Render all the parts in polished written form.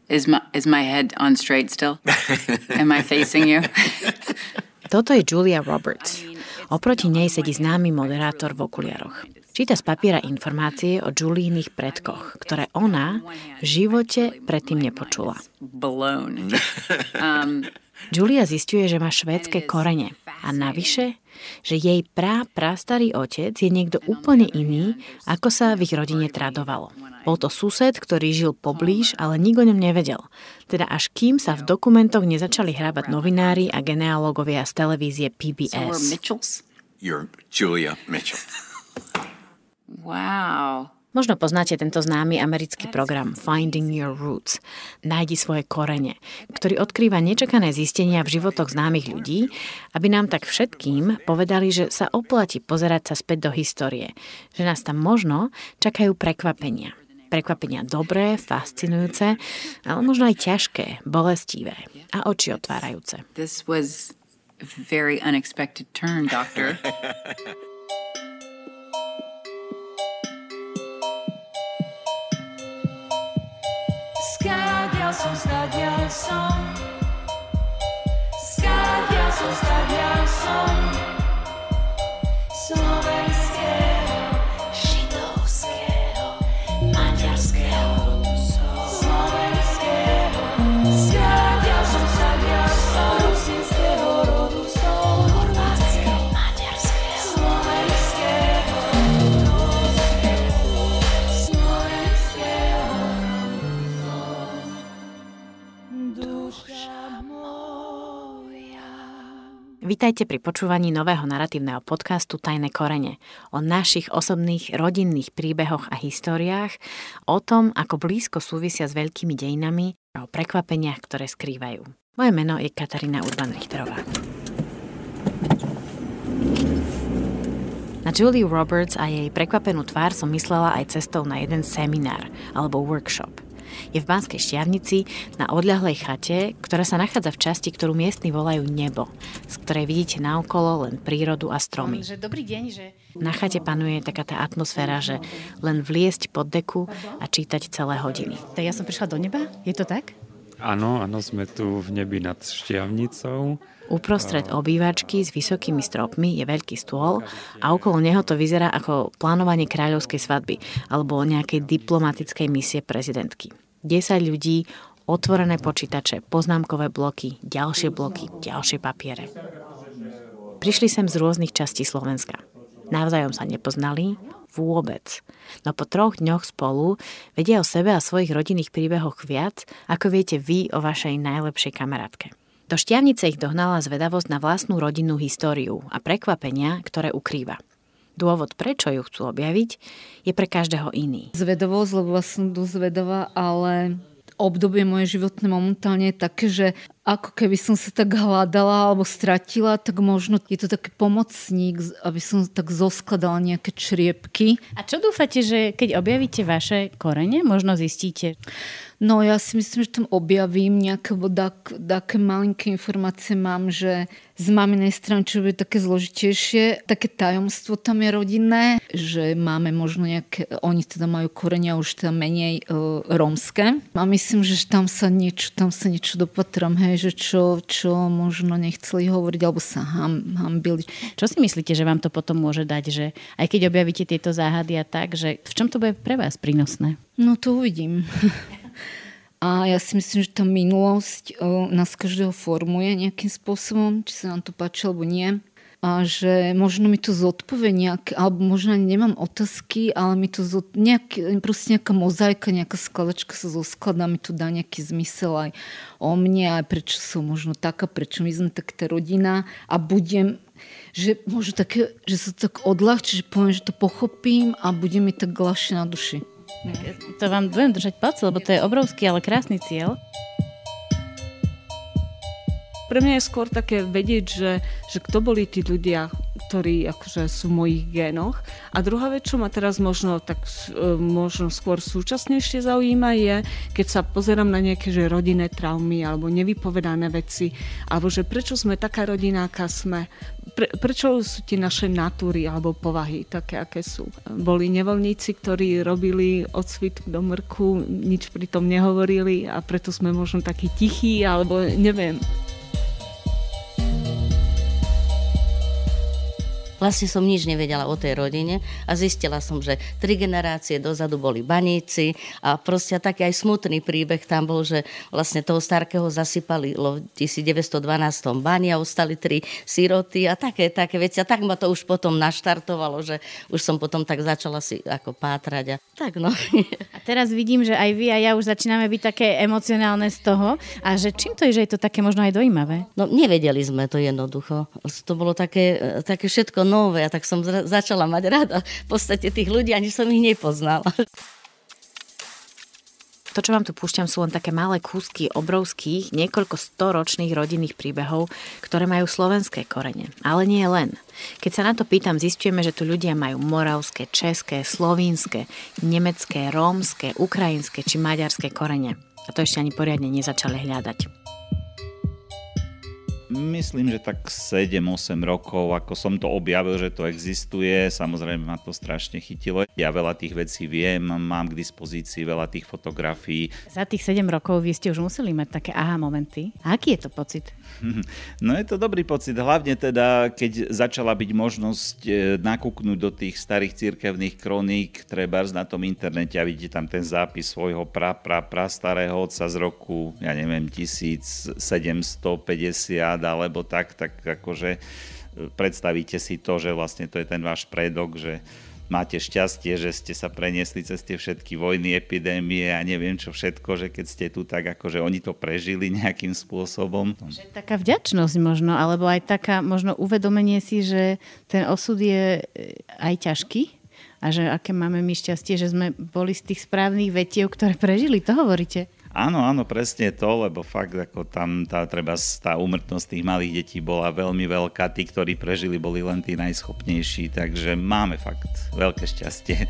Is my head on straight still? Am I facing you? Toto je Julia Roberts. Oproti nej sedí známy moderátor v okuliaroch. Číta z papiera informácie o Julínych predkoch, ktoré ona v živote predtým nepočula. Julia zisťuje, že má švédske korene a navyše, že jej prastarý otec je niekto úplne iný, ako sa v ich rodine tradovalo. Bol to sused, ktorý žil poblíž, ale nikto o ňom nevedel. Teda až kým sa v dokumentoch nezačali hrábať novinári a genealógovia z televízie PBS. You're Julia Mitchell. Wow. Možno poznáte tento známy americký program Finding Your Roots, Nájdi svoje korene, ktorý odkrýva nečakané zistenia v životoch známych ľudí, aby nám tak všetkým povedali, že sa oplatí pozerať sa späť do histórie, že nás tam možno čakajú prekvapenia. Prekvapenia dobré, fascinujúce, ale možno aj ťažké, bolestivé a oči otvárajúce. This was a very unexpected turn, doctor. Skáďal som, skáďal som. Skáďal som, skáďal som. Slovenského, židovského, maďarského rodu som. Slovenského, skáďal som, skáďal som. Rusínskeho rodu som. Chorvátskeho, maďarského, slovenského, slovenského. Vítajte pri počúvaní nového naratívneho podcastu Tajné korene o našich osobných rodinných príbehoch a históriách, o tom, ako blízko súvisia s veľkými dejinami a o prekvapeniach, ktoré skrývajú. Moje meno je Katarína Urban-Richterová. Na Julie Roberts a jej prekvapenú tvár som myslela aj cestou na jeden seminár alebo workshop. Je v Banskej Štiavnici na odľahlej chate, ktorá sa nachádza v časti, ktorú miestni volajú nebo, z ktorej vidíte naokolo len prírodu a stromy. Dobrý deň, že... Na chate panuje taká tá atmosféra, že len vliesť pod deku a čítať celé hodiny. Tak ja som prišla do neba, je to tak? Áno, sme tu v nebi nad Štiavnicou. Uprostred obývačky s vysokými stropmi je veľký stôl a okolo neho to vyzerá ako plánovanie kráľovskej svadby alebo nejakej diplomatickej misie prezidentky. 10 ľudí, otvorené počítače, poznámkové bloky, ďalšie papiere. Prišli sem z rôznych častí Slovenska. Navzájom sa nepoznali vôbec. No po 3 dňoch spolu vedia o sebe a svojich rodinných príbehoch viac, ako viete vy o vašej najlepšej kamarátke. Do Štiavnice ich dohnala zvedavosť na vlastnú rodinnú históriu a prekvapenia, ktoré ukrýva. Dôvod, prečo ju chcú objaviť, je pre každého iný. Zvedavosť, lebo som dosť zvedavá, ale obdobie moje životné momentálne je také, že ako keby som sa tak hľadala alebo stratila, tak možno je to taký pomocník, aby som tak zoskladala nejaké čriepky. A čo dúfate, že keď objavíte vaše korene, možno zistíte? No ja si myslím, že tam objavím nejaké také malinké informácie mám, že z maminej strany, čo bude také zložitejšie, také tajomstvo tam je rodinné, že máme možno nejaké, oni teda majú korenia už teda menej rómske. A myslím, že tam sa niečo dopatram, hej, že čo možno nechceli hovoriť, alebo sa hambili. Čo si myslíte, že vám to potom môže dať, že aj keď objavíte tieto záhady a tak, že v čom to bude pre vás prínosné? No to uvidím. A ja si myslím, že tá minulosť nás každého formuje nejakým spôsobom, či sa nám to páči alebo nie. A že možno mi to zodpovie nejaké, alebo možno ani nemám otázky, ale mi to proste nejaká mozaika, nejaká skladačka sa zoskladá, mi to dá nejaký zmysel aj o mne, aj prečo som možno taká, prečo my sme tak tá rodina a budem, že možno také, že sa tak odľahčí, že poviem, že to pochopím a bude mi tak ľahšie na duši. To vám budem držať palce, lebo to je obrovský, ale krásny cieľ. Pre mňa je skôr také vedieť, že kto boli tí ľudia, ktorí akože sú v mojich génoch. A druhá vec, čo ma teraz možno skôr súčasnejšie zaujíma, je, keď sa pozerám na nejaké že rodinné traumy alebo nevypovedané veci, alebo že prečo sme taká rodina, aká sme. Prečo sú tie naše natúry alebo povahy také, aké sú. Boli nevoľníci, ktorí robili odsvit do mrku, nič pri tom nehovorili a preto sme možno takí tichí, alebo neviem. Vlastne som nič nevedela o tej rodine a zistila som, že 3 generácie dozadu boli baníci a proste taký aj smutný príbeh tam bol, že vlastne toho Starkého zasypali v 1912 bani a ostali 3 siroty a také veci. A tak ma to už potom naštartovalo, že už som potom tak začala si ako pátrať a tak no. A teraz vidím, že aj vy a ja už začíname byť také emocionálne z toho a že čím to je, že je to také možno aj dojímavé? No nevedeli sme to jednoducho. To bolo také všetko nové a tak som začala mať rada v podstate tých ľudí, ani som ich nepoznala. To, čo vám tu púšťam, sú len také malé kúsky obrovských, niekoľko storočných rodinných príbehov, ktoré majú slovenské korene. Ale nie len. Keď sa na to pýtam, zistujeme, že tu ľudia majú moravské, české, slovínske, nemecké, rómske, ukrajinské či maďarské korene. A to ešte ani poriadne nezačali hľadať. Myslím, že tak 7-8 rokov, ako som to objavil, že to existuje, samozrejme ma to strašne chytilo. Ja veľa tých vecí viem, mám k dispozícii veľa tých fotografií. Za tých 7 rokov vy ste už museli mať také aha momenty. A aký je to pocit? No je to dobrý pocit, hlavne teda, keď začala byť možnosť nakúknúť do tých starých cirkevných kroník, trebárs na tom internete a vidíte tam ten zápis svojho starého otca z roku, ja neviem, 1750 alebo tak akože predstavíte si to, že vlastne to je ten váš predok, že máte šťastie, že ste sa preniesli cez tie všetky vojny, epidémie a neviem čo všetko, že keď ste tu tak akože oni to prežili nejakým spôsobom. Že taká vďačnosť možno, alebo aj taká možno uvedomenie si, že ten osud je aj ťažký a že aké máme my šťastie, že sme boli z tých správnych vetiev, ktoré prežili, to hovoríte? Áno, presne to, lebo fakt ako tam tá úmrtnosť tých malých detí bola veľmi veľká. Tí, ktorí prežili, boli len tí najschopnejší, takže máme fakt veľké šťastie.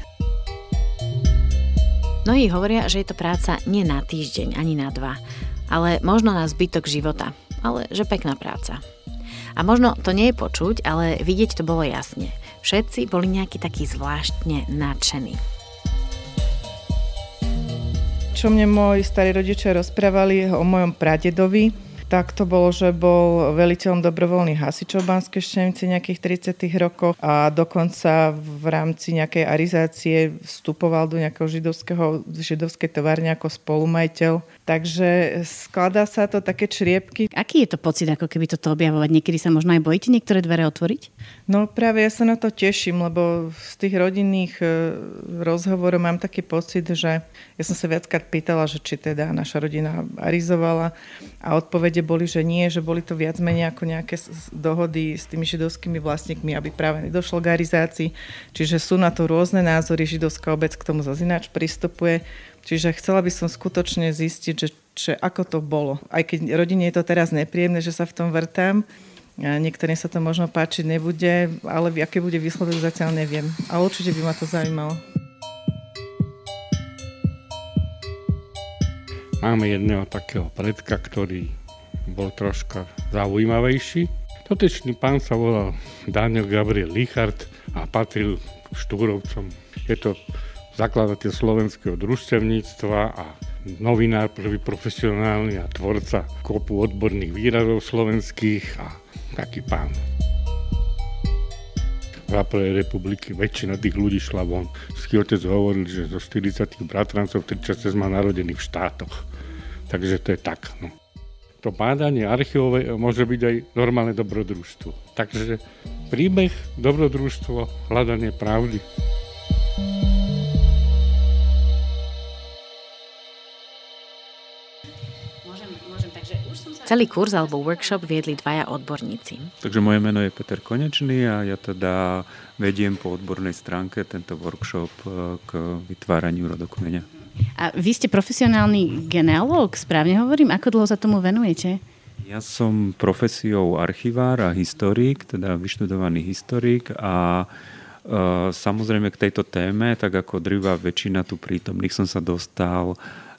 Mnohí hovoria, že je to práca nie na týždeň, ani na 2, ale možno na zbytok života, ale že pekná práca. A možno to nie je počuť, ale vidieť to bolo jasne. Všetci boli nejakí takí zvláštne nadšení. Čo mne moji starí rodičia rozprávali o mojom pradedovi, tak to bolo, že bol veliteľom dobrovoľných hasičov v Banskej Štiavnici nejakých 30 rokov a dokonca v rámci nejakej arizácie vstupoval do nejakého židovskej továrne ako spolumajiteľ. Takže skladá sa to také čriepky. Aký je to pocit, ako keby toto objavovať? Niekedy sa možno aj bojíte niektoré dvere otvoriť? No práve ja sa na to teším, lebo z tých rodinných rozhovorov mám taký pocit, že ja som sa viackrát pýtala, že či teda naša rodina arizovala a odpovede boli, že nie, že boli to viac menej ako nejaké dohody s tými židovskými vlastníkmi, aby práve nedošlo k arizácii. Čiže sú na to rôzne názory, židovská obec k tomu zase ináč pristupuje. Čiže chcela by som skutočne zistiť, že ako to bolo. Aj keď rodine je to teraz nepríjemné, že sa v tom vrtám, niektorým sa to možno páčiť nebude, ale aký bude výsledok zatiaľ neviem. Ale určite by ma to zaujímalo. Máme jedného takého predka, ktorý bol troška zaujímavejší. Dotyčný pán sa volal Daniel Gabriel Lichard a patril k Štúrovcom. Je to zakladateľ slovenského družstevníctva a novinár prvý profesionálny a tvorca kopu odborných výrazov slovenských a taký pán. V Prvej republiky väčšina tých ľudí šla von. Vždycky otec hovoril, že zo 40 bratrancov 36 má narodených v štátoch. Takže to je tak. No. To bádanie archívové môže byť aj normálne dobrodružstvo. Takže príbeh, dobrodružstvo, hľadanie pravdy. Celý kurz alebo workshop viedli 2 odborníci. Takže moje meno je Peter Konečný a ja teda vediem po odbornej stránke tento workshop k vytváraniu rodokmeňa. A vy ste profesionálny genealóg, správne hovorím? Ako dlho sa tomu venujete? Ja som profesiou archivár a historik, teda vyštudovaný historik a samozrejme k tejto téme, tak ako drvivá väčšina tu prítomných, som sa dostal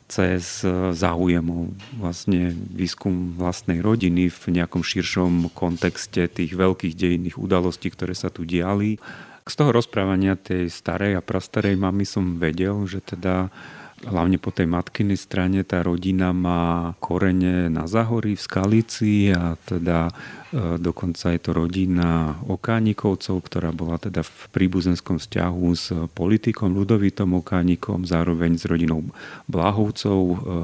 cez záujem o vlastne výskum vlastnej rodiny v nejakom širšom kontexte tých veľkých dejinných udalostí, ktoré sa tu diali. Z toho rozprávania tej starej a prastarej mamy som vedel, že teda hlavne po tej matkinej strane tá rodina má korene na Zahorí v Skalici a teda dokonca je to rodina Okánikovcov, ktorá bola teda v príbuzenskom vzťahu s politikom Ľudovítom Okánikom, zároveň s rodinou Bláhovcov,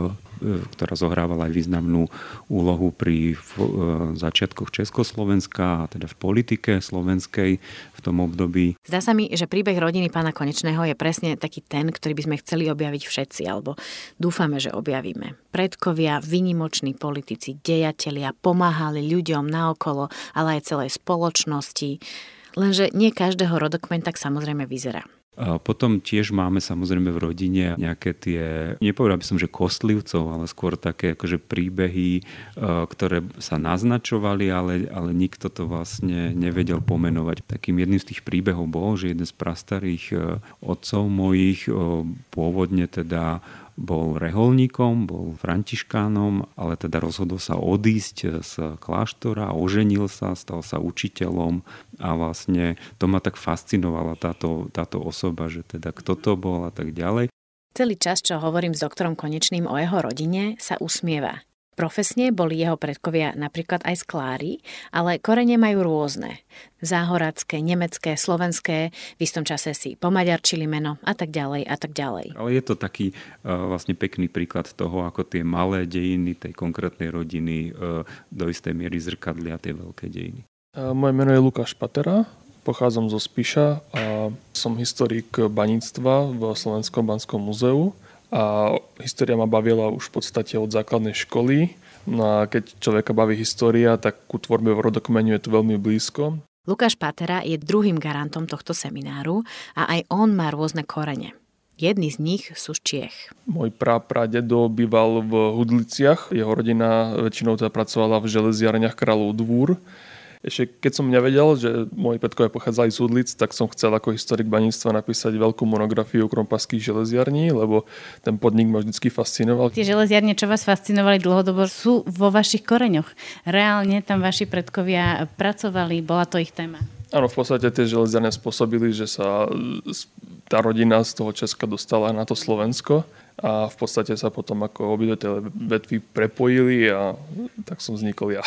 ktorá zohrávala aj významnú úlohu pri začiatkoch Československa a teda v politike slovenskej v tom období. Zdá sa mi, že príbeh rodiny pána Konečného je presne taký ten, ktorý by sme chceli objaviť všetci, alebo dúfame, že objavíme. Predkovia, výnimoční politici, dejatelia pomáhali ľuďom naokolo, ale aj celej spoločnosti. Lenže nie každého rodokmeň tak samozrejme vyzerá. A potom tiež máme samozrejme v rodine nejaké tie, nepovedal by som, že kostlivcov, ale skôr také akože príbehy, ktoré sa naznačovali, ale nikto to vlastne nevedel pomenovať. Takým jedným z tých príbehov bol, že jeden z prastarých otcov mojich pôvodne teda bol reholníkom, bol františkánom, ale teda rozhodol sa odísť z kláštora, oženil sa, stal sa učiteľom a vlastne to ma tak fascinovala táto osoba, že teda kto to bol a tak ďalej. Celý čas, čo hovorím s doktorom Konečným o jeho rodine, sa usmieva. Profesne boli jeho predkovia napríklad aj sklári, ale korene majú rôzne. Záhoracké, nemecké, slovenské, v istom čase si pomaďarčili meno a tak ďalej a tak ďalej. Ale je to taký vlastne pekný príklad toho, ako tie malé dejiny tej konkrétnej rodiny do istej miery zrkadlia tie veľké dejiny. Moje meno je Lukáš Patera, pochádzam zo Spiša a som historik baníctva v Slovenskom banskom múzeu. A história ma bavila už v podstate od základnej školy. No a keď človeka baví história, tak ku tvorbe v rodokmeniu je to veľmi blízko. Lukáš Patera je druhým garantom tohto semináru a aj on má rôzne korene. Jedni z nich sú z Čiech. Môj prapradedo býval v Hudliciach. Jeho rodina väčšinou teda pracovala v železiarniach Kráľov Dvúr. Ešte keď som nevedel, že moji predkovia pochádzali z Hudlic, tak som chcel ako historik baníctva napísať veľkú monografiu krompasských železiarní, lebo ten podnik ma vždycky fascinoval. Tie železiarne, čo vás fascinovali dlhodobo, sú vo vašich koreňoch. Reálne tam vaši predkovia pracovali, bola to ich téma. Áno, v podstate tie železiarne spôsobili, že sa tá rodina z toho Česka dostala na to Slovensko a v podstate sa potom ako obidve tie vetvy prepojili a tak som vznikol ja.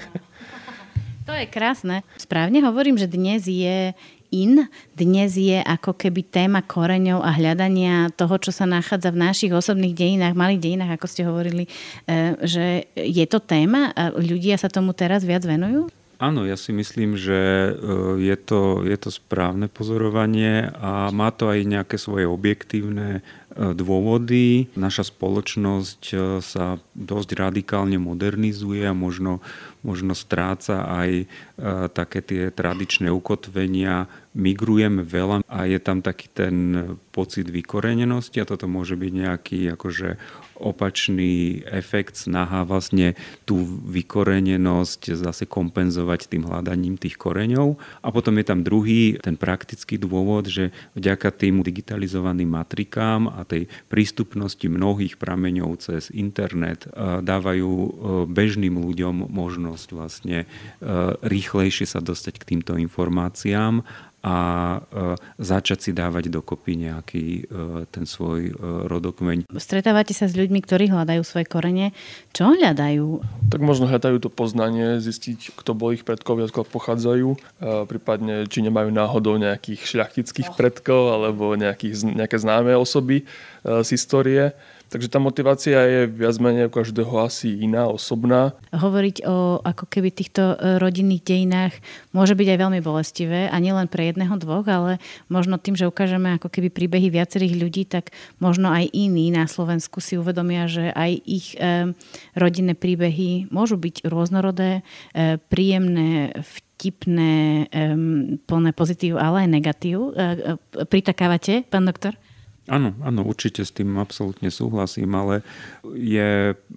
To je krásne. Správne hovorím, že dnes je dnes je ako keby téma koreňov a hľadania toho, čo sa nachádza v našich osobných dejinách, malých dejinách, ako ste hovorili, že je to téma a ľudia sa tomu teraz viac venujú? Áno, ja si myslím, že je to správne pozorovanie a má to aj nejaké svoje objektívne dôvody. Naša spoločnosť sa dosť radikálne modernizuje a možno stráca aj také tie tradičné ukotvenia. Migrujeme veľa a je tam taký ten pocit vykorenenosti a toto môže byť nejaký akože opačný efekt, snaha vlastne tú vykorenenosť zase kompenzovať tým hľadaním tých koreňov. A potom je tam druhý, ten praktický dôvod, že vďaka tým digitalizovaným matrikám a tej prístupnosti mnohých prameňov cez internet dávajú bežným ľuďom možnosť vlastne rýchlejšie sa dostať k týmto informáciám a začať si dávať dokopy nejaký ten svoj rodokmeň. Stretávate sa s ľuďmi, ktorí hľadajú svoje korene. Čo hľadajú? Tak možno hľadajú to poznanie, zistiť, kto bol ich predkovia, odkiaľ pochádzajú, prípadne či nemajú náhodou nejakých šľachtických predkov alebo nejaké známe osoby z histórie. Takže tá motivácia je viac menej u každého asi iná, osobná. Hovoriť o ako keby týchto rodinných dejinách môže byť aj veľmi bolestivé a nielen pre jedného, dvoch, ale možno tým, že ukážeme ako keby príbehy viacerých ľudí, tak možno aj iní na Slovensku si uvedomia, že aj ich rodinné príbehy môžu byť rôznorodé, príjemné, vtipné, plné pozitív, ale aj negatív. Pritakávate, pán doktor? Áno, určite s tým absolútne súhlasím, ale je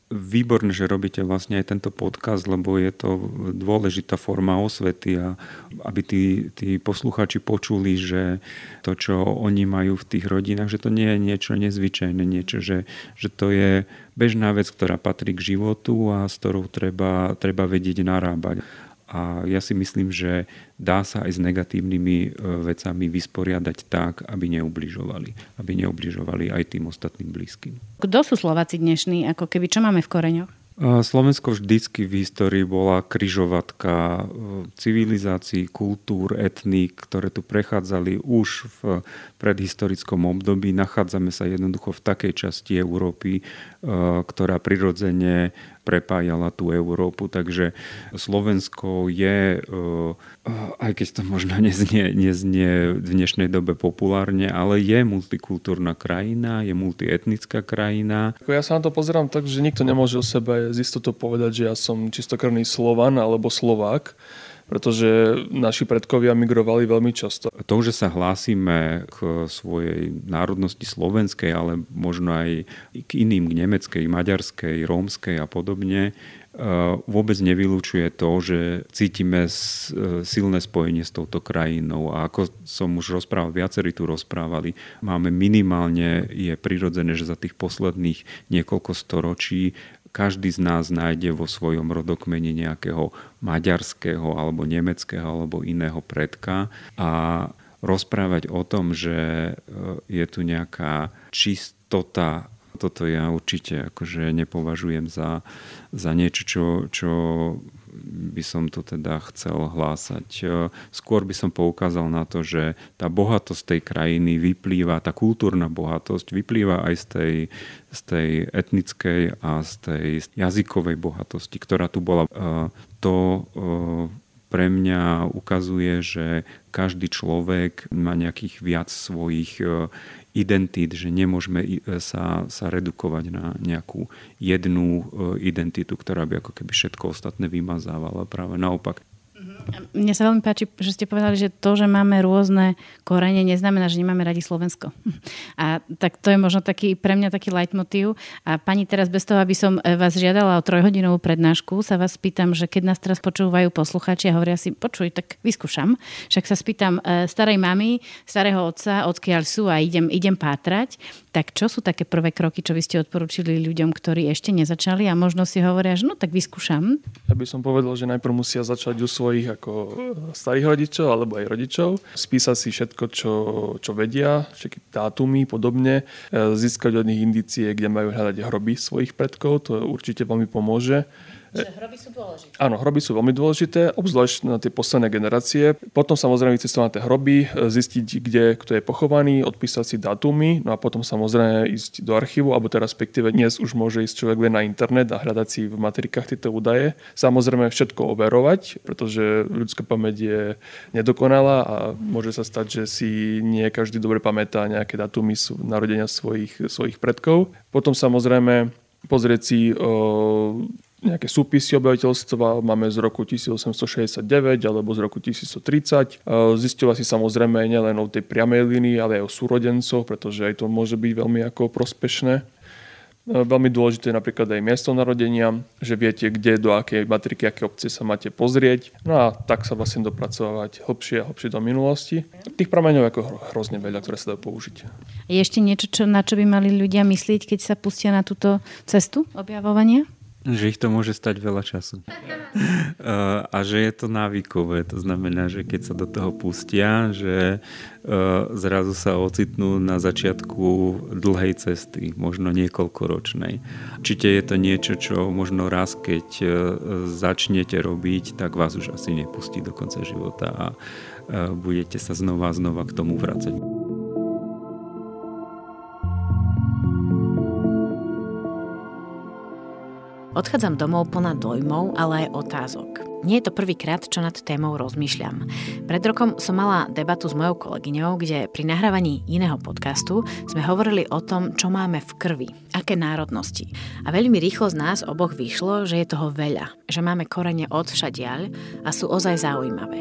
výborné, že robíte vlastne aj tento podcast, lebo je to dôležitá forma osvety a aby tí poslucháči počuli, že to, čo oni majú v tých rodinách, že to nie je niečo nezvyčajné, niečo, že to je bežná vec, ktorá patrí k životu a s ktorou treba vedieť narábať. A ja si myslím, že dá sa aj s negatívnymi vecami vysporiadať tak, aby neubližovali aj tým ostatným blízkym. Kto sú Slováci dnešní? Ako keby, čo máme v koreňoch? Slovensko vždycky v histórii bola križovatka civilizácií, kultúr, etník, ktoré tu prechádzali už v predhistorickom období. Nachádzame sa jednoducho v takej časti Európy, ktorá prirodzene prepájala tú Európu. Takže Slovensko je, aj keď to možno neznie v dnešnej dobe populárne, ale je multikultúrna krajina, je multietnická krajina. Ja sa na to pozerám tak, že nikto nemôže o sebe z istotou povedať, že ja som čistokrvný Slovan alebo Slovák, pretože naši predkovia migrovali veľmi často. To, že sa hlásime k svojej národnosti slovenskej, ale možno aj k iným, k nemeckej, maďarskej, rómskej a podobne, vôbec nevylučuje to, že cítime silné spojenie s touto krajinou. A ako som už rozprával, viacerí tu rozprávali, máme minimálne, je prirodzené, že za tých posledných niekoľko storočí každý z nás nájde vo svojom rodokmene nejakého maďarského alebo nemeckého alebo iného predka a rozprávať o tom, že je tu nejaká čistota, toto ja určite akože nepovažujem za niečo, čo by som tu teda chcel hlásať. Skôr by som poukázal na to, že tá bohatosť tej krajiny vyplýva, tá kultúrna bohatosť vyplýva aj z tej etnickej a z tej jazykovej bohatosti, ktorá tu bola. To pre mňa ukazuje, že každý človek má nejakých viac svojich identít, že nemôžeme sa redukovať na nejakú jednu identitu, ktorá by ako keby všetko ostatné vymazávala. Práve naopak. Mne sa veľmi páči, že ste povedali, že to, že máme rôzne korene, neznamená, že nemáme radi Slovensko. A tak to je možno pre mňa taký leitmotív. A pani, teraz bez toho, aby som vás žiadala o 3-hodinovú prednášku, sa vás spýtam, že keď nás teraz počúvajú poslucháči a hovoria si, počuj, tak vyskúšam. Však sa spýtam starej mamy, starého otca, odkiaľ sú a idem pátrať. Tak čo sú také prvé kroky, čo by ste odporúčili ľuďom, ktorí ešte nezačali a možno si hovoria, že no tak vyskúšam? Ja by som povedal, že najprv musia začať u svojich ako starých rodičov alebo aj rodičov. Spísať si všetko, čo vedia, všetky dátumy, podobne. Získať od nich indície, kde majú hľadať hroby svojich predkov. To určite veľmi pomôže. Že hroby sú dôležité. Áno, hroby sú veľmi dôležité, obzvlášť na tie posledné generácie. Potom samozrejme vycestovať na tie hroby, zistiť, kto je pochovaný, odpísať si dátumy, no a potom samozrejme ísť do archívu, alebo teda respektíve dnes už môže ísť človek len na internet a hľadať si v matrikách tieto údaje. Samozrejme všetko overovať, pretože ľudská pamäť je nedokonalá a môže sa stať, že si nie každý dobre pamätá nejaké dátumy narodenia svojich predkov. Potom samozrejme pozrieť si nejaké súpisy obyvateľstva, máme z roku 1869 alebo z roku 1130. Zisťovať si samozrejme nielen o tej priamej línii, ale aj o súrodencoch, pretože aj to môže byť veľmi ako prospešné. Veľmi dôležité je napríklad aj miesto narodenia, že viete, kde, do akej matriky, aké obce sa máte pozrieť. No a tak sa vlastne dopracovať hlbšie a hlbšie do minulosti. Tých prameňov je ako hrozne veľa, ktoré sa dajú použiť. Je ešte niečo, na čo by mali ľudia myslieť, keď sa pustia na túto cestu objavovania? Že ich to môže stať veľa času. A že je to návykové. To znamená, že keď sa do toho pustia, že zrazu sa ocitnú na začiatku dlhej cesty, možno niekoľkoročnej. Určite je to niečo, čo možno raz, keď začnete robiť, tak vás už asi nepustí do konca života a budete sa znova k tomu vracať. Odchádzam domov plná dojmov, ale aj otázok. Nie je to prvýkrát, čo nad témou rozmýšľam. Pred rokom som mala debatu s mojou kolegyňou, kde pri nahrávaní iného podcastu sme hovorili o tom, čo máme v krvi, aké národnosti. A veľmi rýchlo z nás oboch vyšlo, že je toho veľa, že máme korene odvšadiaľ a sú ozaj zaujímavé.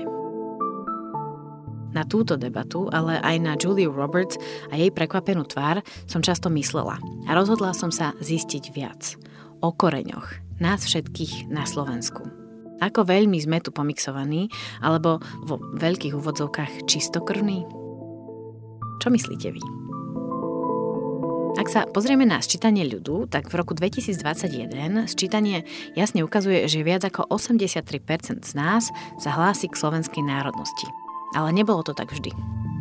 Na túto debatu, ale aj na Juliu Roberts a jej prekvapenú tvár som často myslela a rozhodla som sa zistiť viac. o koreňoch, nás všetkých na Slovensku. Ako veľmi sme tu pomixovaní, alebo vo veľkých úvodzovkách čistokrvní? Čo myslíte vy? Ak sa pozrieme na sčítanie ľudu, tak v roku 2021 sčítanie jasne ukazuje, že viac ako 83% z nás sa hlási k slovenskej národnosti. Ale nebolo to tak vždy.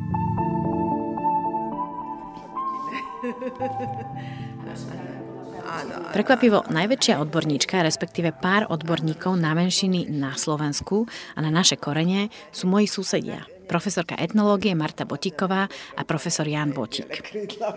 Prekvapivo najväčšia odborníčka, respektíve pár odborníkov na menšiny na Slovensku a na naše korene sú moji susedia. Profesorka etnológie Marta Botíková a profesor Ján Botík.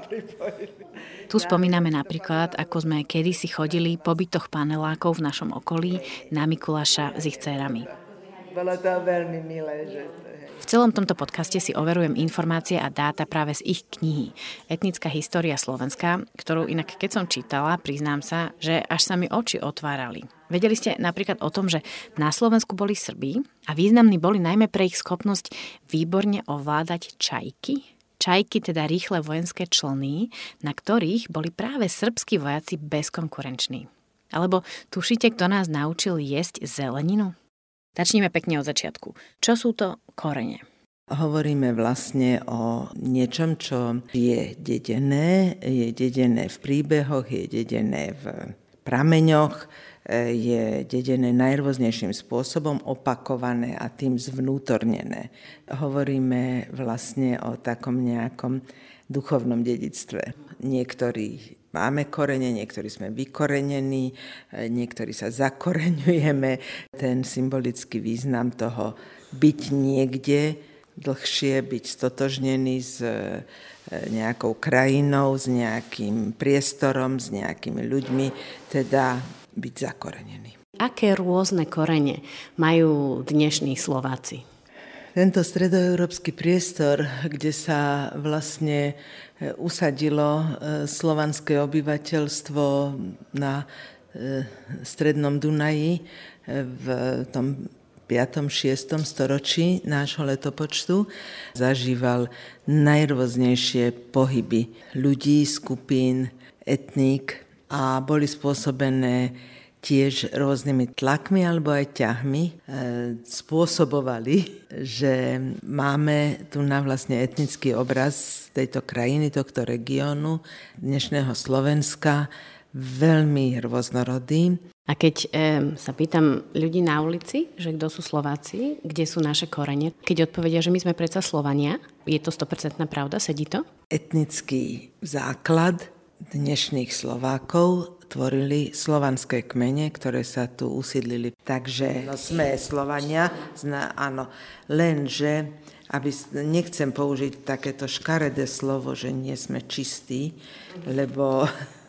Tu spomíname napríklad, ako sme kedysi chodili po bytoch panelákov v našom okolí na Mikuláša s ich dcérami. Bolo to veľmi milé, že... V celom tomto podcaste si overujem informácie a dáta práve z ich knihy Etnická história Slovenska, ktorú inak keď som čítala, priznám sa, že až sa mi oči otvárali. Vedeli ste napríklad o tom, že na Slovensku boli Srbi a významní boli najmä pre ich schopnosť výborne ovládať čajky? Čajky, teda rýchle vojenské člny, na ktorých boli práve srbskí vojaci bezkonkurenční. Alebo tušíte, kto nás naučil jesť zeleninu? Začneme pekne od začiatku. Čo sú to korene? Hovoríme vlastne o niečom, čo je dedené v príbehoch, je dedené v prameňoch, je dedené najrôznejším spôsobom, opakované a tým zvnútornené. Hovoríme vlastne o takom nejakom duchovnom dedičstve. Niektorí máme korene, niektorí sme vykorenení, niektorí sa zakoreňujeme. Ten symbolický význam toho byť niekde dlhšie, byť stotožnený s nejakou krajinou, s nejakým priestorom, s nejakými ľuďmi, teda byť zakorenený. Aké rôzne korene majú dnešní Slováci? Tento stredoeurópsky priestor, kde sa vlastne usadilo slovanské obyvateľstvo na strednom Dunaji v tom 5. 6. storočí nášho letopočtu, zažíval najrôznejšie pohyby ľudí, skupín, etník a boli spôsobené tiež rôznymi tlakmi alebo aj ťahmi spôsobovali, že máme tu na vlastne etnický obraz tejto krajiny, tohto regiónu, dnešného Slovenska, veľmi rôznorodý. A keď sa pýtam ľudí na ulici, že kto sú Slováci, kde sú naše korene, keď odpovedia, že my sme predsa Slovania, je to 100% pravda, sedí to? Etnický základ dnešných Slovákov tvorili slovanské kmene, ktoré sa tu usídlili. Takže sme Slovania, áno, lenže, nechcem použiť takéto škaredé slovo, že nie sme čistí, lebo...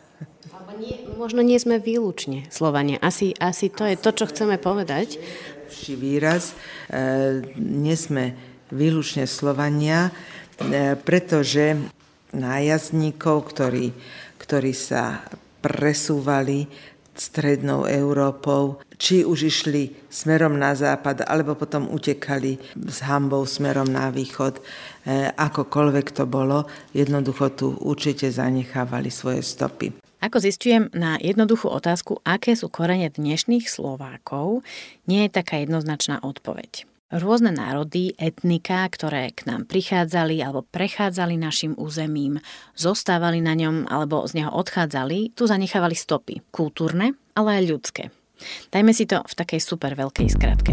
Možno nie sme výlučne Slovania. Asi to je to, čo chceme povedať. Vší výraz, nie sme výlučne Slovania, pretože nájazdníkov, ktorí sa presúvali strednou Európou, či už išli smerom na západ, alebo potom utekali s hanbou smerom na východ. Akokoľvek to bolo, jednoducho tu určite zanechávali svoje stopy. Ako zistujem na jednoduchú otázku, aké sú korene dnešných Slovákov, nie je taká jednoznačná odpoveď. Rôzne národy, etniká, ktoré k nám prichádzali alebo prechádzali našim územím, zostávali na ňom alebo z neho odchádzali, tu zanechávali stopy. Kultúrne, ale aj ľudské. Dajme si to v takej super veľkej skratke.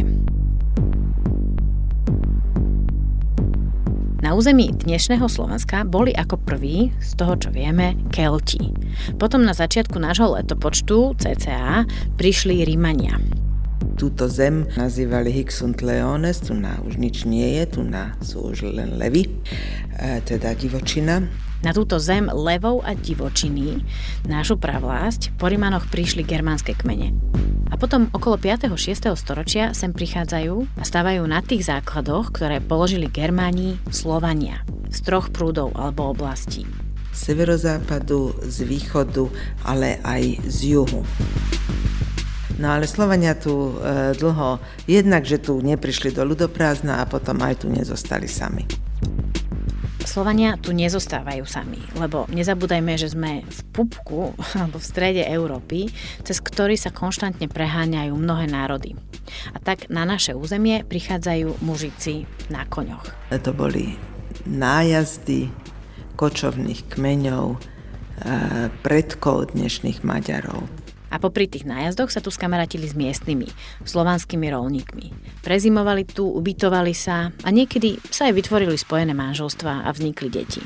Na území dnešného Slovenska boli ako prví, z toho čo vieme, Kelti. Potom na začiatku nášho letopočtu, cca, prišli Rimania. Túto zem nazývali Hixunt Leones, tu na už nič nie je, tu na sú už len levy, teda divočina. Na túto zem levov a divočiny, našu pravlásť, po Rimanoch prišli germánske kmene. A potom okolo 5. 6. storočia sem prichádzajú a stávajú na tých základoch, ktoré položili Germáni, Slovania, z 3 prúdov alebo oblastí. Z severozápadu, z východu, ale aj z juhu. No ale Slovania tu dlho, jednak, že tu neprišli do ľudoprázdna a potom aj tu nezostali sami. Slovania tu nezostávajú sami, lebo nezabúdajme, že sme v pupku alebo v strede Európy, cez ktorý sa konštantne preháňajú mnohé národy. A tak na naše územie prichádzajú mužici na koňoch. To boli nájazdy kočovných kmeňov, predkov dnešných Maďarov. A popri tých nájazdoch sa tu skamarátili s miestnymi, slovanskými roľníkmi. Prezimovali tu, ubytovali sa a niekedy sa aj vytvorili spojené manželstvá a vznikli deti.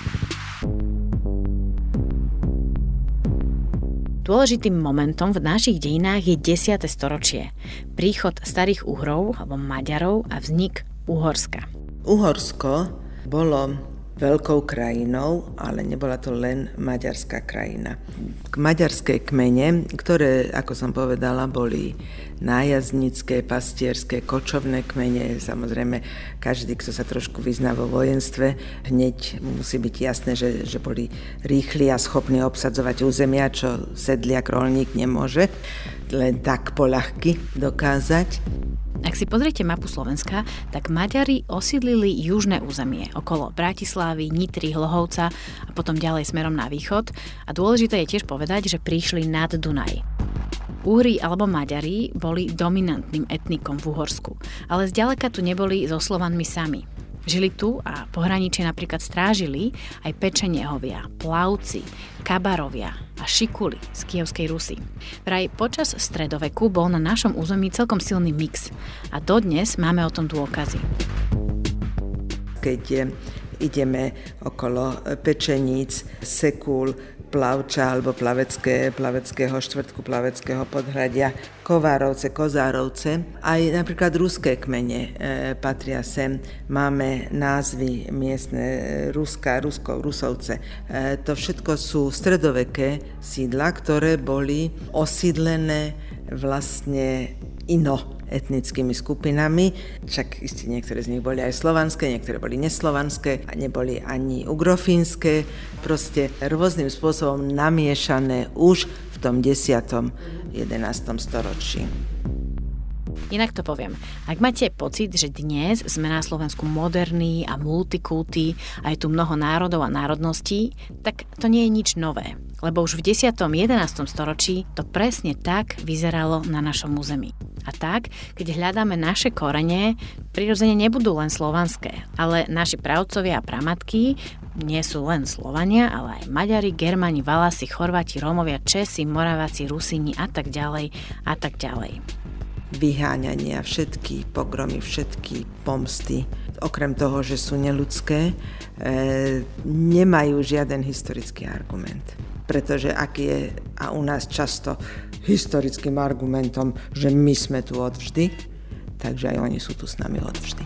Dôležitým momentom v našich dejinách je 10. storočie. Príchod starých Uhrov alebo Maďarov a vznik Uhorska. Uhorsko bolo veľkou krajinou, ale nebola to len maďarská krajina. Maďarské kmene, ktoré, ako som povedala, boli nájazdnícke, pastierské, kočovné kmene. Samozrejme, každý, kto sa trošku vyzná vo vojenstve, hneď musí byť jasné, že boli rýchli a schopní obsadzovať územia, čo sedliak, roľník nemôže len tak poľahky dokázať. Ak si pozriete mapu Slovenska, tak Maďari osídlili južné územie okolo Bratislavy, Nitry, Hlohovca a potom ďalej smerom na východ. A dôležité je tiež povedať, že prišli nad Dunaj. Uhri alebo Maďari boli dominantným etnikom v Uhorsku, ale zďaleka tu neboli so Slovanmi sami. Žili tu a pohraničie napríklad strážili aj Pečeniehovia, Plavci, Kabarovia a Šikuli z Kyjevskej Rusy. Vraj počas stredoveku bol na našom území celkom silný mix a dodnes máme o tom dôkazy. Keď ideme okolo Pečeníc, Sekúl, Plavča alebo Plaveckého štvrtku, Plaveckého podhradia, Kovárovce, Kozárovce. Aj napríklad ruské kmene patria sem. Máme názvy miestne Rusovce. To všetko sú stredoveké sídla, ktoré boli osídlené vlastne etnickými skupinami, však isté niektoré z nich boli aj slovanské, niektoré boli neslovanské a neboli ani ugrofínske, proste rôznym spôsobom namiešané už v tom 10. 11. storočí. Inak to poviem. Ak máte pocit, že dnes sme na Slovensku moderní a multikulty a je tu mnoho národov a národností, tak to nie je nič nové. Lebo už v 10. 11. storočí to presne tak vyzeralo na našom území. A tak, keď hľadáme naše korene, prirodzene nebudú len slovanské, ale naši pravcovia a pramatky nie sú len Slovania, ale aj Maďari, Germani, Valasi, Chorváti, Rómovia, Česi, Moraváci, Rusíni a tak ďalej a tak ďalej. Vyháňania, všetky pogromy, všetky pomsty, okrem toho, že sú neľudské, nemajú žiaden historický argument. Pretože ak je a u nás často historickým argumentom, že my sme tu odvždy, takže aj oni sú tu s nami odvždy.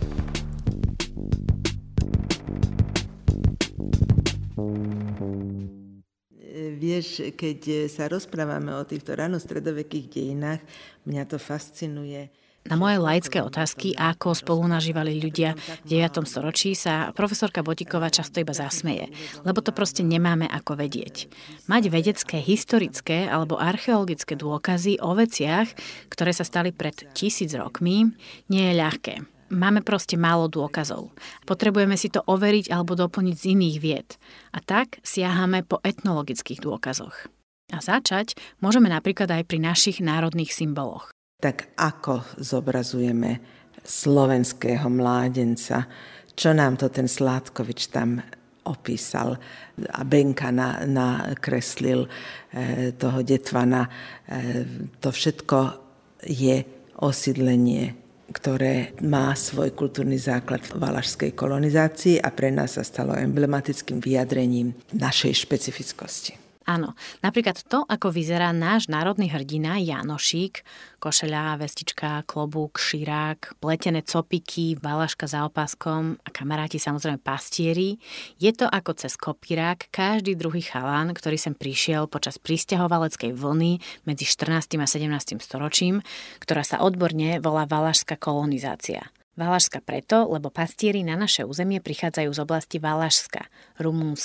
Vieš, keď sa rozprávame o týchto ranostredovekých dejinách, mňa to fascinuje. Na moje laické otázky, ako spolu nažívali ľudia v 9. storočí, sa profesorka Botíková často iba zasmeje, lebo to proste nemáme ako vedieť. Mať vedecké, historické alebo archeologické dôkazy o veciach, ktoré sa stali pred 1000 rokmi, nie je ľahké. Máme proste málo dôkazov. Potrebujeme si to overiť alebo doplniť z iných vied. A tak siahame po etnologických dôkazoch. A začať môžeme napríklad aj pri našich národných symboloch. Tak ako zobrazujeme slovenského mládenca? Čo nám to ten Sládkovič tam opísal a Benka nakreslil toho Detvana. To všetko je osídlenie, ktoré má svoj kultúrny základ v valašskej kolonizácii a pre nás sa stalo emblematickým vyjadrením našej špecifickosti. Áno, napríklad to, ako vyzerá náš národný hrdina Janošík, košeľa, vestička, klobúk, širák, pletené copiky, valaška za opaskom a kamaráti samozrejme pastieri, je to ako cez kopírák každý druhý chalán, ktorý sem prišiel počas prisťahovaleckej vlny medzi 14. a 17. storočím, ktorá sa odborne volá valašská kolonizácia. Valašska preto, lebo pastieri na naše územie prichádzajú z oblasti Valašska, Rumunska.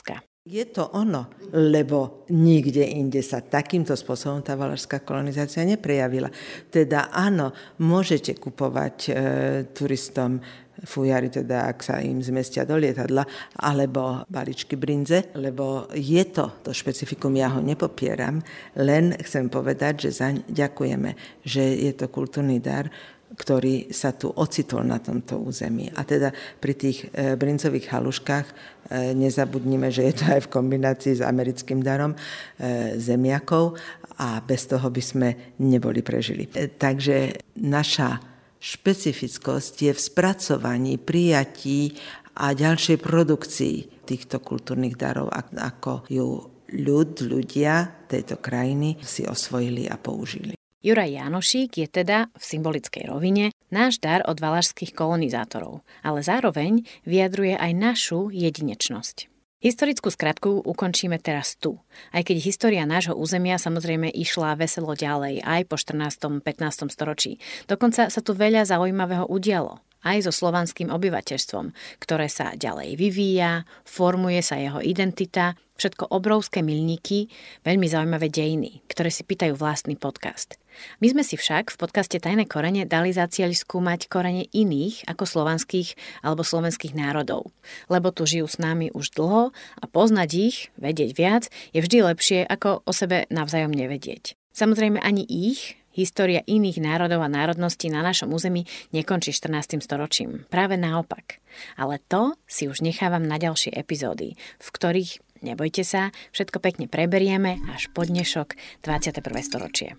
Je to ono, lebo nikde inde sa takýmto spôsobom tá valašská kolonizácia neprejavila. Teda áno, môžete kupovať turistom fujary, teda ak sa im zmestia do lietadla, alebo balíčky brinze, lebo je to špecifikum, ja ho nepopieram, len chcem povedať, že zaň ďakujeme, že je to kultúrny dar, ktorý sa tu ocitol na tomto území. A teda pri tých brinzových haluškách nezabudnime, že je to aj v kombinácii s americkým darom zemiakov a bez toho by sme neboli prežili. Takže naša špecifickosť je v spracovaní, prijatí a ďalšej produkcii týchto kultúrnych darov, ako ju ľudia tejto krajiny si osvojili a použili. Juraj Jánošík je teda v symbolickej rovine náš dar od valašských kolonizátorov, ale zároveň vyjadruje aj našu jedinečnosť. Historickú skratku ukončíme teraz tu. Aj keď história nášho územia samozrejme išla veselo ďalej aj po 14. 15. storočí. Dokonca sa tu veľa zaujímavého udialo. Aj so slovanským obyvateľstvom, ktoré sa ďalej vyvíja, formuje sa jeho identita, všetko obrovské milníky, veľmi zaujímavé dejiny, ktoré si pýtajú vlastný podcast. My sme si však v podcaste Tajné korene dali za cieľ skúmať korene iných ako slovanských alebo slovenských národov, lebo tu žijú s nami už dlho a poznať ich, vedieť viac, je vždy lepšie ako o sebe navzájom nevedieť. Samozrejme ani ich história iných národov a národností na našom území nekončí 14. storočím. Práve naopak. Ale to si už nechávam na ďalšie epizódy, v ktorých, nebojte sa, všetko pekne preberieme až po dnešok 21. storočie.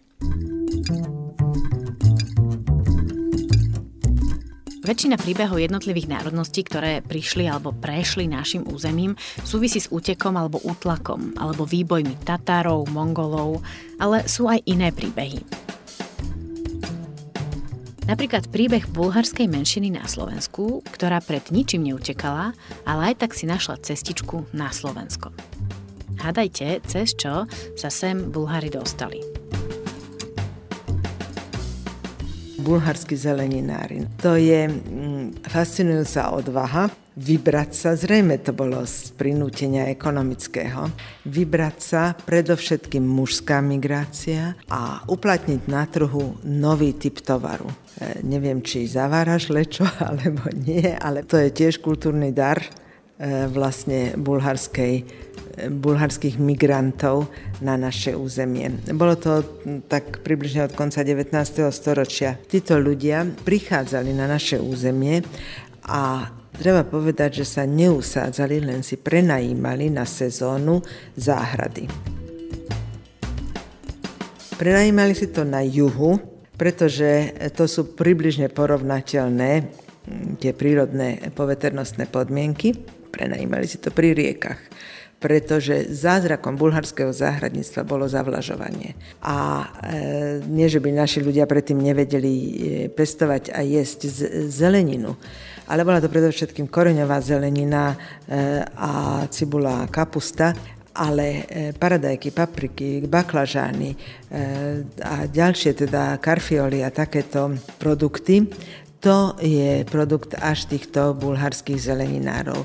Väčšina príbehov jednotlivých národností, ktoré prišli alebo prešli našim územím, súvisí s útekom alebo útlakom, alebo výbojmi Tatárov, Mongolov, ale sú aj iné príbehy. Napríklad príbeh bulharskej menšiny na Slovensku, ktorá pred ničím neutekala, ale aj tak si našla cestičku na Slovensko. Hádajte, cez čo sa sem Bulhári dostali. Bulharskí zeleninári. To je fascinujúca odvaha vybrať sa, zrejme to bolo z prinútenia ekonomického, vybrať sa predovšetkým mužská migrácia a uplatniť na trhu nový typ tovaru. Neviem, či zaváraš lečo, alebo nie, ale to je tiež kultúrny dar vlastne bulharských migrantov na naše územie. Bolo to tak približne od konca 19. storočia. Títo ľudia prichádzali na naše územie a treba povedať, že sa neusádzali, len si prenajímali na sezónu záhrady. Prenajímali si to na juhu, pretože to sú približne porovnateľné tie prírodné poveternostné podmienky. Prenajímali si to pri riekach, pretože zázrakom bulharského záhradníctva bolo zavlažovanie. A nie, že by naši ľudia predtým nevedeli pestovať a jesť zeleninu, ale bola to predovšetkým koreňová zelenina a cibula a kapusta, ale paradajky, papriky, baklažány a ďalšie teda karfioly a takéto produkty, to je produkt až týchto bulharských zeleninárov.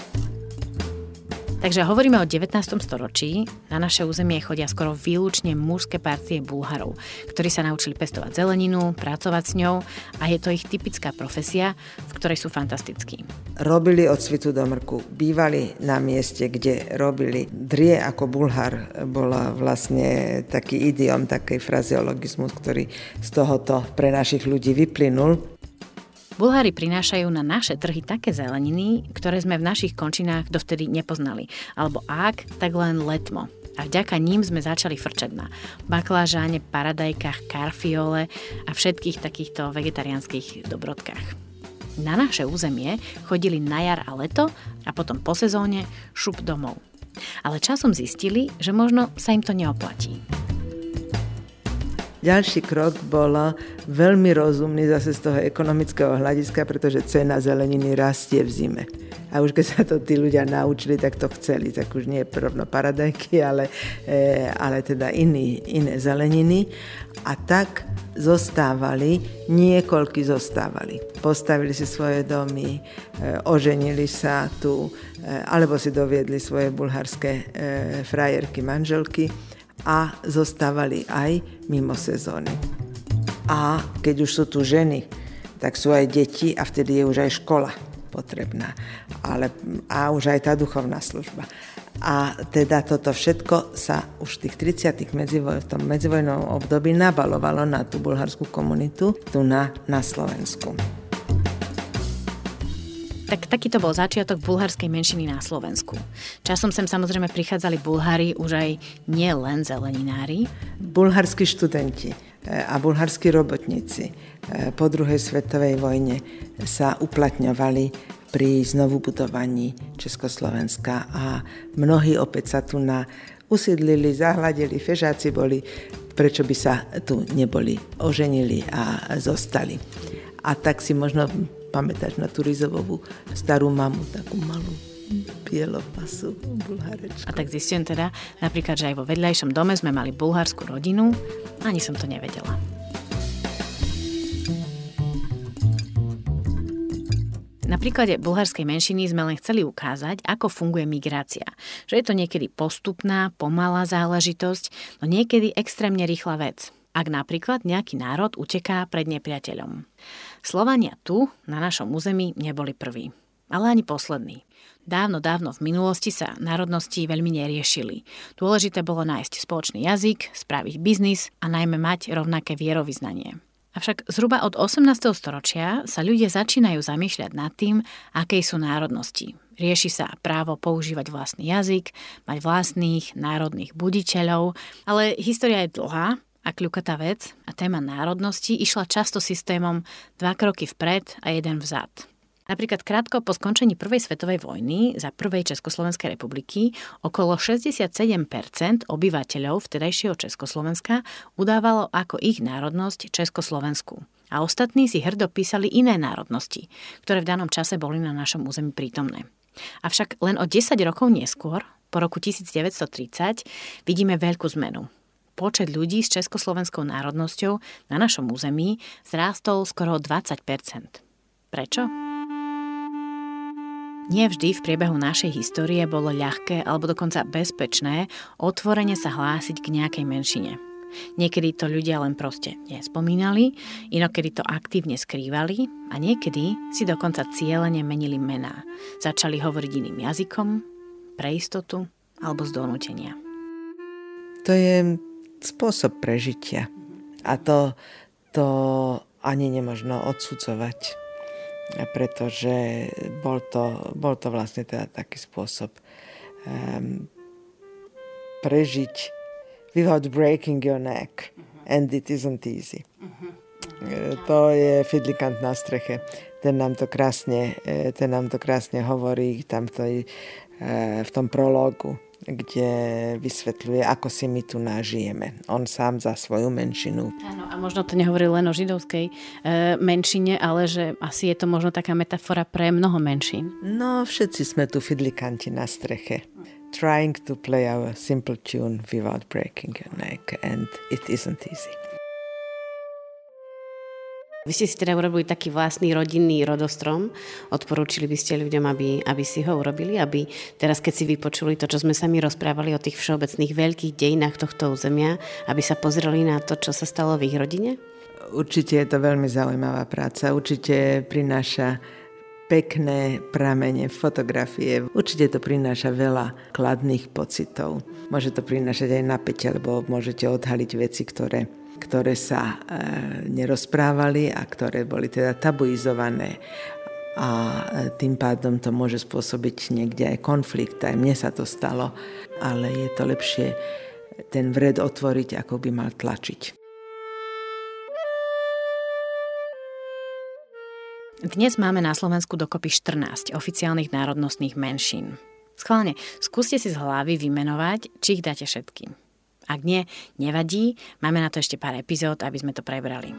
Takže hovoríme o 19. storočí. Na naše územie chodia skoro výlučne mužské partie Bulharov, ktorí sa naučili pestovať zeleninu, pracovať s ňou a je to ich typická profesia, v ktorej sú fantastickí. Robili od svitu do mrku, bývali na mieste, kde robili. Drie ako Bulhar bola vlastne taký idiom, taký frazeologizmus, ktorý z tohoto pre našich ľudí vyplynul. Bulhári prinášajú na naše trhy také zeleniny, ktoré sme v našich končinách dovtedy nepoznali. Alebo ak, tak len letmo. A vďaka ním sme začali frčať na baklážáne, paradajkách, karfiole a všetkých takýchto vegetariánskych dobrodkách. Na naše územie chodili na jar a leto a potom po sezóne šup domov. Ale časom zistili, že možno sa im to neoplatí. Ďalší krok bolo veľmi rozumný zase z toho ekonomického hľadiska, pretože cena zeleniny rastie v zime. A už keď sa to tí ľudia naučili, tak to chceli. Tak už nie rovno paradajky, ale teda iné zeleniny. A tak niekoľkí zostávali. Postavili si svoje domy, oženili sa tu, alebo si doviedli svoje bulharské frajerky, manželky a zostávali aj mimo sezóny. A keď už sú tu ženy, tak sú aj deti a vtedy je už aj škola potrebná. A už aj tá duchovná služba. A teda toto všetko sa už v tých 30. v tom medzivojnovom období nabalovalo na tú bulharskú komunitu tu na Slovensku. Tak takýto bol začiatok bulharskej menšiny na Slovensku. Časom sem samozrejme prichádzali Bulhári, už aj nie len zeleninári. Bulharskí študenti a bulharskí robotníci po druhej svetovej vojne sa uplatňovali pri znovubudovaní Československa a mnohí opäť sa tu usídlili, zahladili, fežáci boli, prečo by sa tu neboli, oženili a zostali. A tak si možno pamätáš na tú Rizovovú starú mamu, takú malú bielopasu bulharečku. A tak zistím teda, napríklad, že aj vo vedľajšom dome sme mali bulharskú rodinu, ani som to nevedela. Na príklade bulharskej menšiny sme len chceli ukázať, ako funguje migrácia. Že je to niekedy postupná, pomalá záležitosť, no niekedy extrémne rýchla vec. Ak napríklad nejaký národ uteká pred nepriateľom. Slovania tu, na našom území, neboli prví, ale ani poslední. Dávno v minulosti sa národnosti veľmi neriešili. Dôležité bolo nájsť spoločný jazyk, spraviť biznis a najmä mať rovnaké vierovyznanie. Avšak zhruba od 18. storočia sa ľudia začínajú zamýšľať nad tým, aké sú národnosti. Rieši sa právo používať vlastný jazyk, mať vlastných národných buditeľov, ale história je dlhá a kľukatá vec a téma národnosti išla často systémom 2 kroky vpred a 1 vzad. Napríklad krátko po skončení prvej svetovej vojny za prvej Československej republiky okolo 67% obyvateľov vtedajšieho Československa udávalo ako ich národnosť Československu. A ostatní si hrdo písali iné národnosti, ktoré v danom čase boli na našom území prítomné. Avšak len o 10 rokov neskôr, po roku 1930, vidíme veľkú zmenu. Počet ľudí s československou národnosťou na našom území zrástol skoro 20%. Prečo? Nie vždy v priebehu našej histórie bolo ľahké alebo dokonca bezpečné otvorene sa hlásiť k nejakej menšine. Niekedy to ľudia len proste nespomínali, inokedy to aktívne skrývali a niekedy si dokonca cielene menili mená. Začali hovoriť iným jazykom, pre istotu alebo z donútenia. To je spôsob prežitia a to ani nemožno odsudzovať. Pretože bol to vlastne teda taký spôsob prežiť without breaking your neck. And it isn't easy. To je Fidlikant na streche. Ten nám to krásne hovorí v tom prológu, kde vysvetľuje, ako si my tu nažijeme. On sám za svoju menšinu. Áno, a možno to nehovorí len o židovskej menšine, ale že asi je to možno taká metafora pre mnoho menšín. No, všetci sme tu fidlikanti na streche. Trying to play our simple tune without breaking your neck, and it isn't easy. Vy ste si teda urobili taký vlastný rodinný rodostrom. Odporúčili by ste ľuďom, aby si ho urobili, aby teraz, keď si vypočuli to, čo sme sami rozprávali o tých všeobecných veľkých dejinách tohto územia, aby sa pozreli na to, čo sa stalo v ich rodine? Určite je to veľmi zaujímavá práca. Určite prináša pekné pramene, fotografie. Určite to prináša veľa kladných pocitov. Môže to prinášať aj napätie, lebo môžete odhaliť veci, ktoré sa nerozprávali a ktoré boli teda tabuizované. A tým pádom to môže spôsobiť niekde aj konflikt. Aj mne sa to stalo, ale je to lepšie ten vred otvoriť, ako by mal tlačiť. Dnes máme na Slovensku dokopy 14 oficiálnych národnostných menšín. Schválne, skúste si z hlavy vymenovať, či ich dáte všetky. Ak nie, nevadí, máme na to ešte pár epizód, aby sme to prebrali.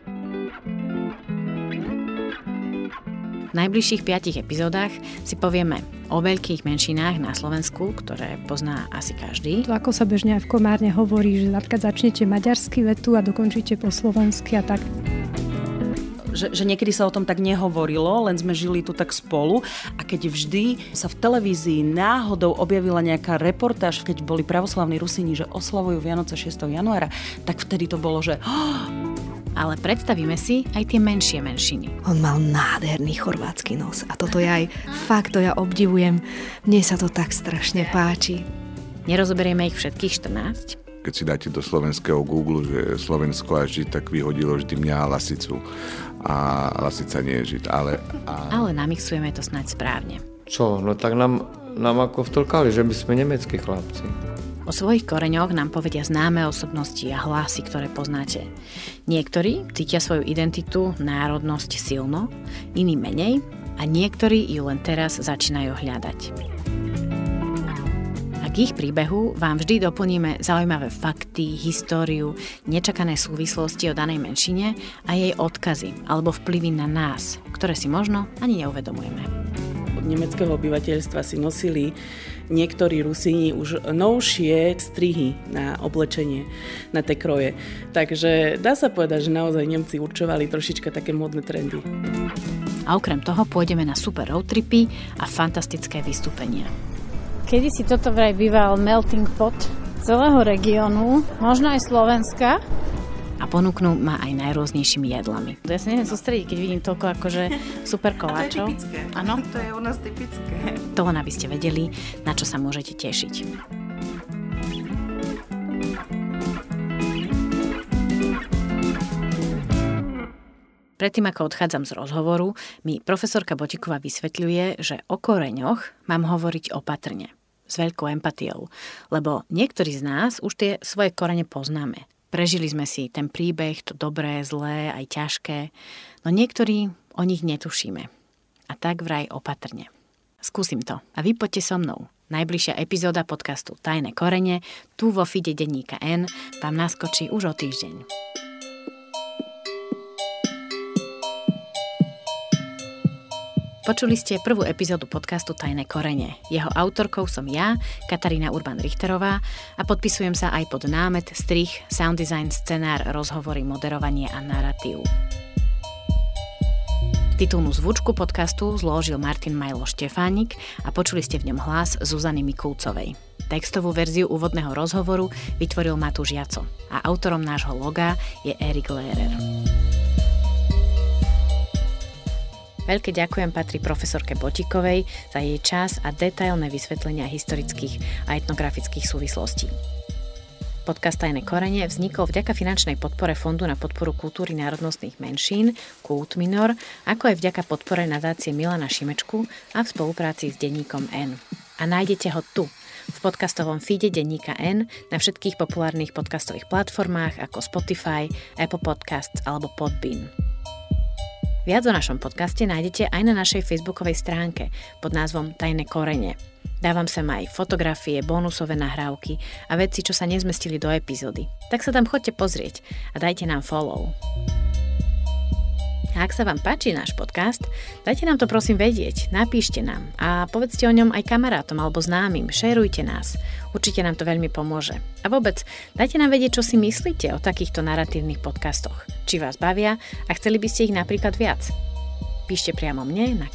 V najbližších 5 epizódach si povieme o veľkých menšinách na Slovensku, ktoré pozná asi každý. To ako sa bežne aj v Komárne hovorí, že napríklad začnete maďarsky vetu a dokončíte po slovensky a tak. Že niekedy sa o tom tak nehovorilo, len sme žili tu tak spolu a keď vždy sa v televízii náhodou objavila nejaká reportáž, keď boli pravoslavní Rusíni, že oslavujú Vianoce 6. januára, tak vtedy to bolo, že... Ale predstavíme si aj tie menšie menšiny. On mal nádherný chorvátsky nos a toto ja aj fakt to ja obdivujem. Mne sa to tak strašne páči. Nerozoberieme ich všetkých 14. Keď si dáte do slovenského Google, že Slovensko a Žid, tak vyhodilo vždy mňa a Lasicu. A Lasica nie je Žid, ale... Ale namixujeme to snáď správne. Čo? No tak nám ako vtlkali, že my sme nemeckí chlapci. O svojich koreňoch nám povedia známe osobnosti a hlasy, ktoré poznáte. Niektorí cítia svoju identitu, národnosť silno, iní menej a niektorí ju len teraz začínajú hľadať. K ich príbehu vám vždy doplníme zaujímavé fakty, históriu, nečakané súvislosti o danej menšine a jej odkazy alebo vplyvy na nás, ktoré si možno ani neuvedomujeme. Od nemeckého obyvateľstva si nosili niektorí Rusíni už novšie strihy na oblečenie, na tie kroje. Takže dá sa povedať, že naozaj Nemci určovali trošička také módne trendy. A okrem toho pôjdeme na super roadtripy a fantastické vystúpenia. Kedy si toto vraj býval melting pot celého regiónu, možno aj Slovenska. A ponúknú ma aj najrôznejšími jedlami. Ja sa neviem sústrediť, keď vidím toľko akože super koláčov. To je typické. Áno? To je u nás typické. To len aby ste vedeli, na čo sa môžete tešiť. Predtým, ako odchádzam z rozhovoru, mi profesorka Botíková vysvetľuje, že o koreňoch mám hovoriť opatrne. S veľkou empatiou, lebo niektorí z nás už tie svoje korene poznáme. Prežili sme si ten príbeh, to dobré, zlé, aj ťažké, no niektorí o nich netušíme. A tak vraj opatrne. Skúsim to a vy poďte so mnou. Najbližšia epizóda podcastu Tajné korene tu vo feede denníka N vám naskočí už o týždeň. Počuli ste prvú epizódu podcastu Tajné korene. Jeho autorkou som ja, Katarína Urban-Richterová a podpisujem sa aj pod námet, strih, sound design, scenár, rozhovory, moderovanie a narratív. Titulnú zvučku podcastu zložil Martin Majlo Štefánik a počuli ste v ňom hlas Zuzany Mikulcovej. Textovú verziu úvodného rozhovoru vytvoril Matúš Jaco a autorom nášho loga je Erik Lehrer. Veľké ďakujem patrí profesorke Botíkovej za jej čas a detailné vysvetlenia historických a etnografických súvislostí. Podcast Tajné korene vznikol vďaka finančnej podpore Fondu na podporu kultúry národnostných menšín Kult Minor, ako aj vďaka podpore nadácie Milana Šimečku a v spolupráci s denníkom N. A nájdete ho tu, v podcastovom feede denníka N na všetkých populárnych podcastových platformách ako Spotify, Apple Podcasts alebo Podbean. Viac o našom podcaste nájdete aj na našej facebookovej stránke pod názvom Tajné korene. Dávam sem aj fotografie, bonusové nahrávky a veci, čo sa nezmestili do epizódy. Tak sa tam choďte pozrieť a dajte nám follow. A ak sa vám páči náš podcast, dajte nám to prosím vedieť, napíšte nám a povedzte o ňom aj kamarátom alebo známym, šerujte nás. Určite nám to veľmi pomôže. A vôbec, dajte nám vedieť, čo si myslíte o takýchto naratívnych podcastoch. Či vás bavia a chceli by ste ich napríklad viac. Píšte priamo mne na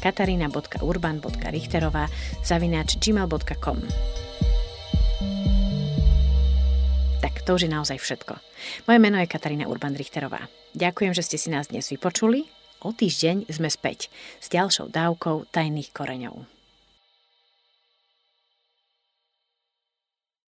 katarina.urban.richterová@gmail.com. Tak to už je naozaj všetko. Moje meno je Katarína Urban-Richterová. Ďakujem, že ste si nás dnes vypočuli. O týždeň sme späť s ďalšou dávkou tajných koreňov.